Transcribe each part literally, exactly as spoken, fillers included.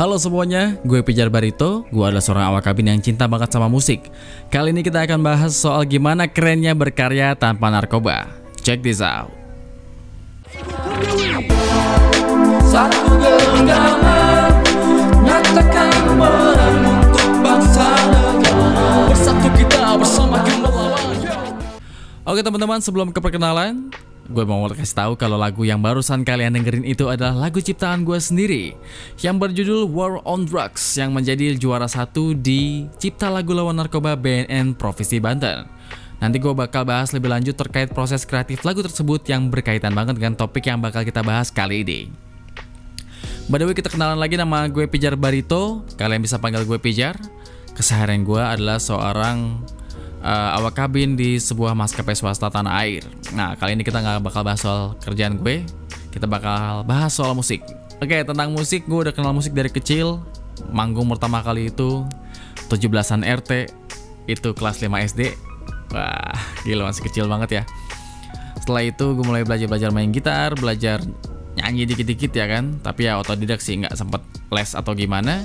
Halo semuanya, gue Pijar Barito. Gue adalah seorang awak kabin yang cinta banget sama musik. Kali ini kita akan bahas soal gimana kerennya berkarya tanpa narkoba. Check this out. Satu genggaman, nyatakan peran untuk bangsa negara. Bersatu kita bersama melawan. Oke teman-teman, sebelum ke perkenalan, gue mau kasih tahu kalau lagu yang barusan kalian dengerin itu adalah lagu ciptaan gue sendiri yang berjudul War on Drugs, yang menjadi juara satu di Cipta Lagu Lawan Narkoba B N N Provinsi Banten. Nanti gue bakal bahas lebih lanjut terkait proses kreatif lagu tersebut yang berkaitan banget dengan topik yang bakal kita bahas kali ini. By the way, kita kenalan lagi, nama gue Pijar Barito. Kalian bisa panggil gue Pijar. Keseharian gue adalah seorang Uh, awak kabin di sebuah maskapai swasta tanah air. Nah, kali ini kita nggak bakal bahas soal kerjaan gue, kita bakal bahas soal musik. Oke, tentang musik, gue udah kenal musik dari kecil. Manggung pertama kali itu tujuh belasan R T, itu kelas lima S D. Wah, gila, masih kecil banget ya. Setelah itu gue mulai belajar-belajar main gitar, belajar nyanyi dikit-dikit ya kan. Tapi ya otodidak sih, nggak sempet les atau gimana.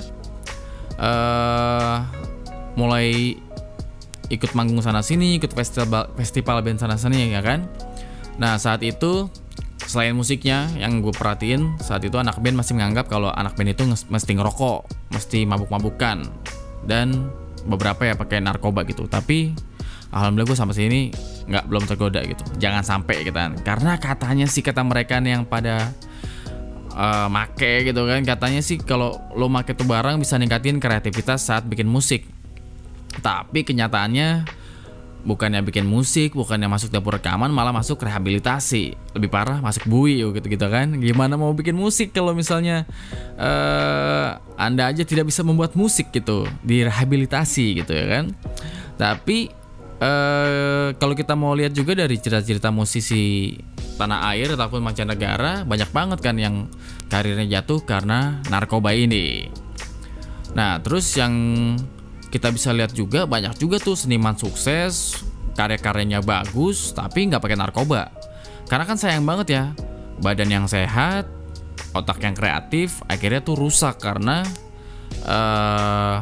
uh, Mulai ikut manggung sana sini, ikut festival festival band sana sini ya kan. Nah, saat itu selain musiknya yang gue perhatiin, saat itu anak band masih menganggap kalau anak band itu mesti ngerokok, mesti mabuk-mabukan, dan beberapa ya pakai narkoba gitu. Tapi alhamdulillah gue sampai sini nggak belum tergoda gitu. Jangan sampai kita, karena katanya sih kata mereka nih yang pada uh, make gitu kan, katanya sih kalau lo make tuh barang bisa ningkatin kreativitas saat bikin musik. Tapi kenyataannya bukannya bikin musik, bukannya masuk dapur rekaman, malah masuk rehabilitasi. Lebih parah, masuk bui gitu-gitu kan. Gimana mau bikin musik kalau misalnya uh, Anda aja tidak bisa membuat musik gitu, direhabilitasi gitu ya kan. Tapi uh, kalau kita mau lihat juga dari cerita-cerita musisi tanah air ataupun mancanegara, banyak banget kan yang karirnya jatuh karena narkoba ini. Nah, terus yang kita bisa lihat juga banyak juga tuh seniman sukses, karya-karyanya bagus, tapi nggak pakai narkoba. Karena kan sayang banget ya, badan yang sehat, otak yang kreatif, akhirnya tuh rusak karena uh,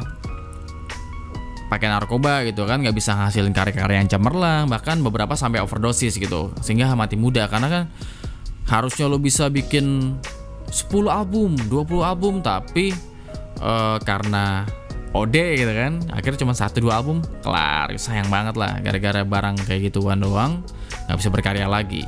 pakai narkoba gitu kan, nggak bisa ngasilin karya-karya yang cemerlang, bahkan beberapa sampai overdosis gitu, sehingga mati muda. Karena kan harusnya lo bisa bikin sepuluh album, dua puluh album, tapi uh, karena O D gitu kan, akhirnya cuma satu dua album kelar. Sayang banget lah, gara-gara barang kayak gituan doang nggak bisa berkarya lagi.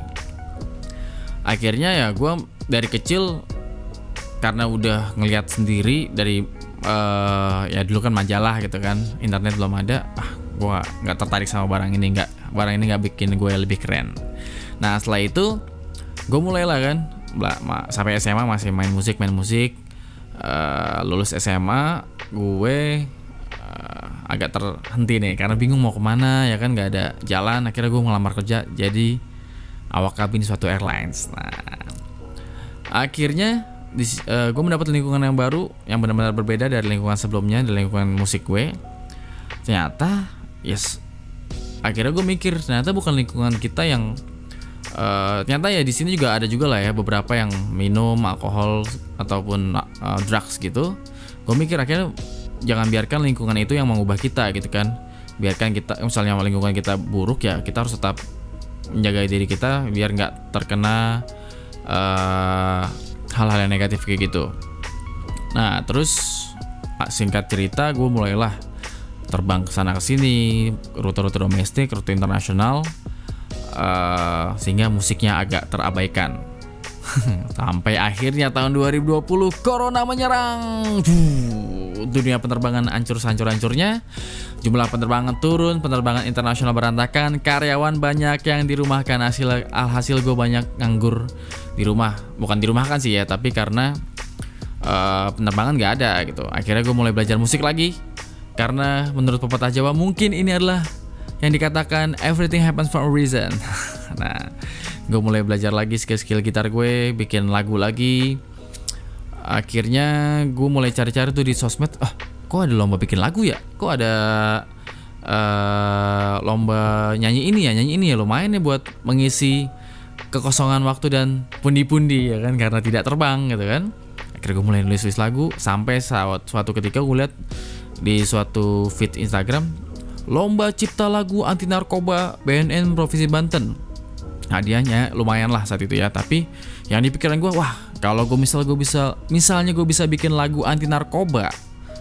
Akhirnya ya gue dari kecil, karena udah ngelihat sendiri dari uh, ya dulu kan majalah gitu kan, internet belum ada, ah gue nggak tertarik sama barang ini, nggak barang ini nggak bikin gue lebih keren. Nah, setelah itu gue mulailah kan, sampai S M A masih main musik main musik. Uh, lulus S M A gue uh, agak terhenti nih karena bingung mau kemana ya kan, nggak ada jalan. Akhirnya gue ngelamar kerja jadi awak kabin suatu airlines. Nah, akhirnya di, uh, gue mendapat lingkungan yang baru yang benar-benar berbeda dari lingkungan sebelumnya, dari lingkungan musik gue. Ternyata yes, akhirnya gue mikir ternyata bukan lingkungan kita yang Uh, ternyata ya di sini juga ada juga lah ya beberapa yang minum alkohol ataupun uh, drugs gitu. Gue mikir akhirnya jangan biarkan lingkungan itu yang mengubah kita gitu kan. Biarkan kita, misalnya lingkungan kita buruk ya, kita harus tetap menjaga diri kita biar nggak terkena uh, hal-hal yang negatif kayak gitu. Nah, terus singkat cerita gue mulailah terbang ke sana ke sini, rute-rute domestik, rute internasional. Uh, sehingga musiknya agak terabaikan. Sampai akhirnya tahun dua ribu dua puluh Corona menyerang. Dunia penerbangan hancur hancur-hancurnya. Jumlah penerbangan turun, penerbangan internasional berantakan, karyawan banyak yang dirumahkan. Hasil alhasil gue banyak nganggur di rumah. Bukan dirumahkan sih ya, tapi karena uh, penerbangan gak ada gitu. Akhirnya gue mulai belajar musik lagi, karena menurut pepatah Jawa mungkin ini adalah yang dikatakan everything happens for a reason. Nah, gue mulai belajar lagi skill-skill gitar gue, bikin lagu lagi. Akhirnya gue mulai cari-cari tuh di sosmed, ah kok ada lomba bikin lagu ya? Kok ada uh, lomba nyanyi ini ya, nyanyi ini ya, lumayan ya buat mengisi kekosongan waktu dan pundi-pundi ya kan, karena tidak terbang gitu kan. Akhirnya gue mulai nulis-nulis lagu. Sampai saat suatu ketika gue lihat di suatu feed Instagram, lomba cipta lagu anti narkoba B N N Provinsi Banten. Hadiahnya lumayan lah saat itu ya. Tapi yang di pikiran gue, wah kalau gue misal gue bisa misalnya gue bisa bikin lagu anti narkoba,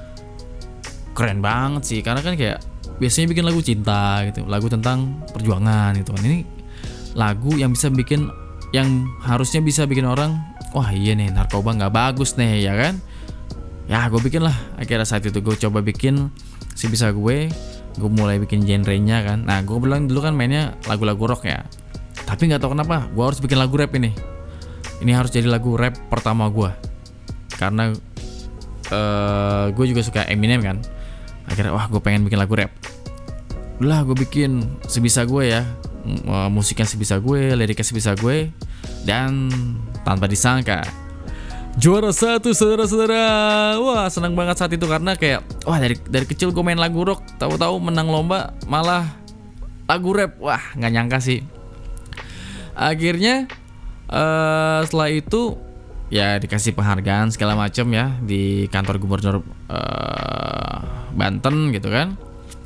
keren banget sih. Karena kan kayak biasanya bikin lagu cinta gitu, lagu tentang perjuangan gitu kan. Ini lagu yang bisa bikin, yang harusnya bisa bikin orang, wah iya nih narkoba nggak bagus nih ya kan. Ya gue bikin lah. Akhirnya saat itu gue coba bikin sebisa gue. Gue mulai bikin genrenya kan. Nah gue bilang dulu kan mainnya lagu-lagu rock ya. Tapi nggak tahu kenapa gue harus bikin lagu rap ini. Ini harus jadi lagu rap pertama gue. Karena uh, gue juga suka Eminem kan. Akhirnya wah gue pengen bikin lagu rap. Udah gue bikin sebisa gue ya. Musiknya sebisa gue, liriknya sebisa gue. Dan tanpa disangka juara satu saudara-saudara. Wah senang banget saat itu karena kayak wah dari dari kecil gue main lagu rock, tahu-tahu menang lomba malah lagu rap. Wah nggak nyangka sih. Akhirnya uh, setelah itu ya dikasih penghargaan segala macam ya di kantor gubernur uh, Banten gitu kan.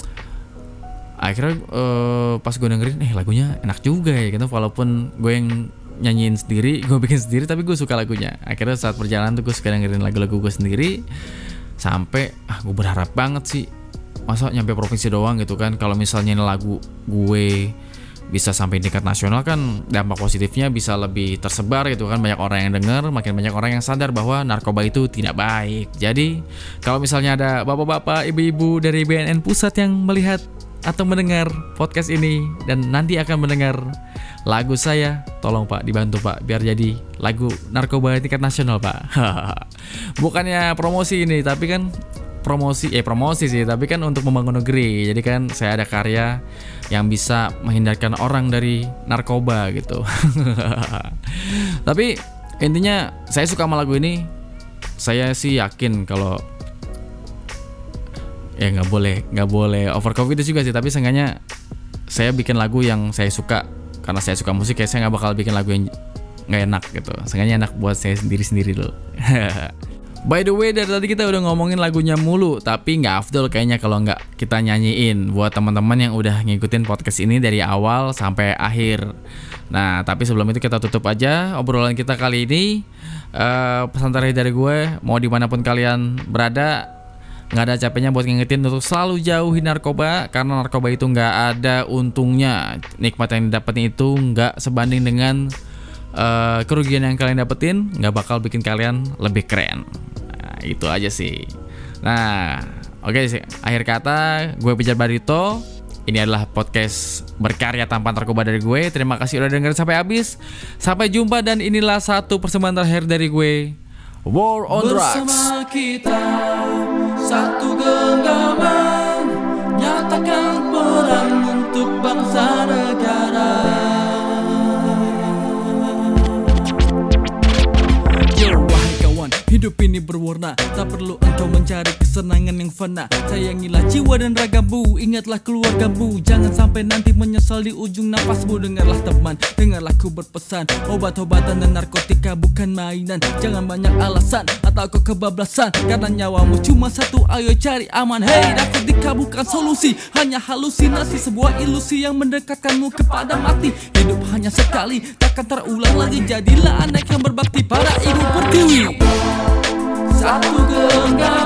Akhirnya uh, pas gue dengerin eh lagunya enak juga ya gitu, walaupun gue yang nyanyiin sendiri, gue bikin sendiri, tapi gue suka lagunya. Akhirnya saat perjalanan tuh gue suka dengerin lagu-lagu gue sendiri. Sampai ah gue berharap banget sih, masa nyampe provinsi doang gitu kan. Kalau misalnya ini lagu gue bisa sampai tingkat nasional kan dampak positifnya bisa lebih tersebar gitu kan. Banyak orang yang denger, makin banyak orang yang sadar bahwa narkoba itu tidak baik. Jadi kalau misalnya ada bapak-bapak, ibu-ibu dari B N N Pusat yang melihat atau mendengar podcast ini dan nanti akan mendengar lagu saya, tolong Pak dibantu Pak biar jadi lagu narkoba tingkat nasional Pak. Bukannya promosi ini, tapi kan promosi eh promosi sih, tapi kan untuk membangun negeri. Jadi kan saya ada karya yang bisa menghindarkan orang dari narkoba gitu. Tapi intinya saya suka sama lagu ini. Saya sih yakin kalau ya nggak boleh nggak boleh over confidence juga sih, tapi seenggaknya saya bikin lagu yang saya suka. Karena saya suka musik ya, saya nggak bakal bikin lagu yang nggak enak gitu. Seenggaknya enak buat saya sendiri-sendiri loh. By the way, dari tadi kita udah ngomongin lagunya mulu, tapi nggak afdol kayaknya kalau nggak kita nyanyiin buat teman-teman yang udah ngikutin podcast ini dari awal sampai akhir. Nah, tapi sebelum itu kita tutup aja obrolan kita kali ini. Uh, pesan terakhir dari gue, mau dimanapun kalian berada, nggak ada capeknya buat ngingetin untuk selalu jauhi narkoba. Karena narkoba itu nggak ada untungnya. Nikmat yang didapetin itu nggak sebanding dengan uh, kerugian yang kalian dapetin. Nggak bakal bikin kalian lebih keren. Nah, itu aja sih. Nah oke okay, akhir kata gue Pijar Barito. Ini adalah podcast berkarya tanpa narkoba dari gue. Terima kasih udah dengerin sampai habis. Sampai jumpa, dan inilah satu persembahan terakhir dari gue, War on Drugs. Bersama kita satu genggaman, nyatakan perang untuk bangsa negara. Yo wahai kawan, hidup ini berwarna, tak perlu engkau mencari kesenangan yang fana. Sayangilah jiwa dan ragamu, ingatlah keluargamu. Jangan sampai nanti menyesal di ujung nafasmu. Dengarlah teman, dengarlah ku berpesan, obat-obatan dan narkotika bukan mainan. Jangan banyak alasan atau kau kebablasan, karena nyawamu cuma satu, ayo cari aman. Hey, narkotika bukan solusi, hanya halusinasi, sebuah ilusi yang mendekatkanmu kepada mati. Hidup hanya sekali, takkan terulang lagi. Jadilah anak yang berbakti pada ibu pertiwi. Satu genggam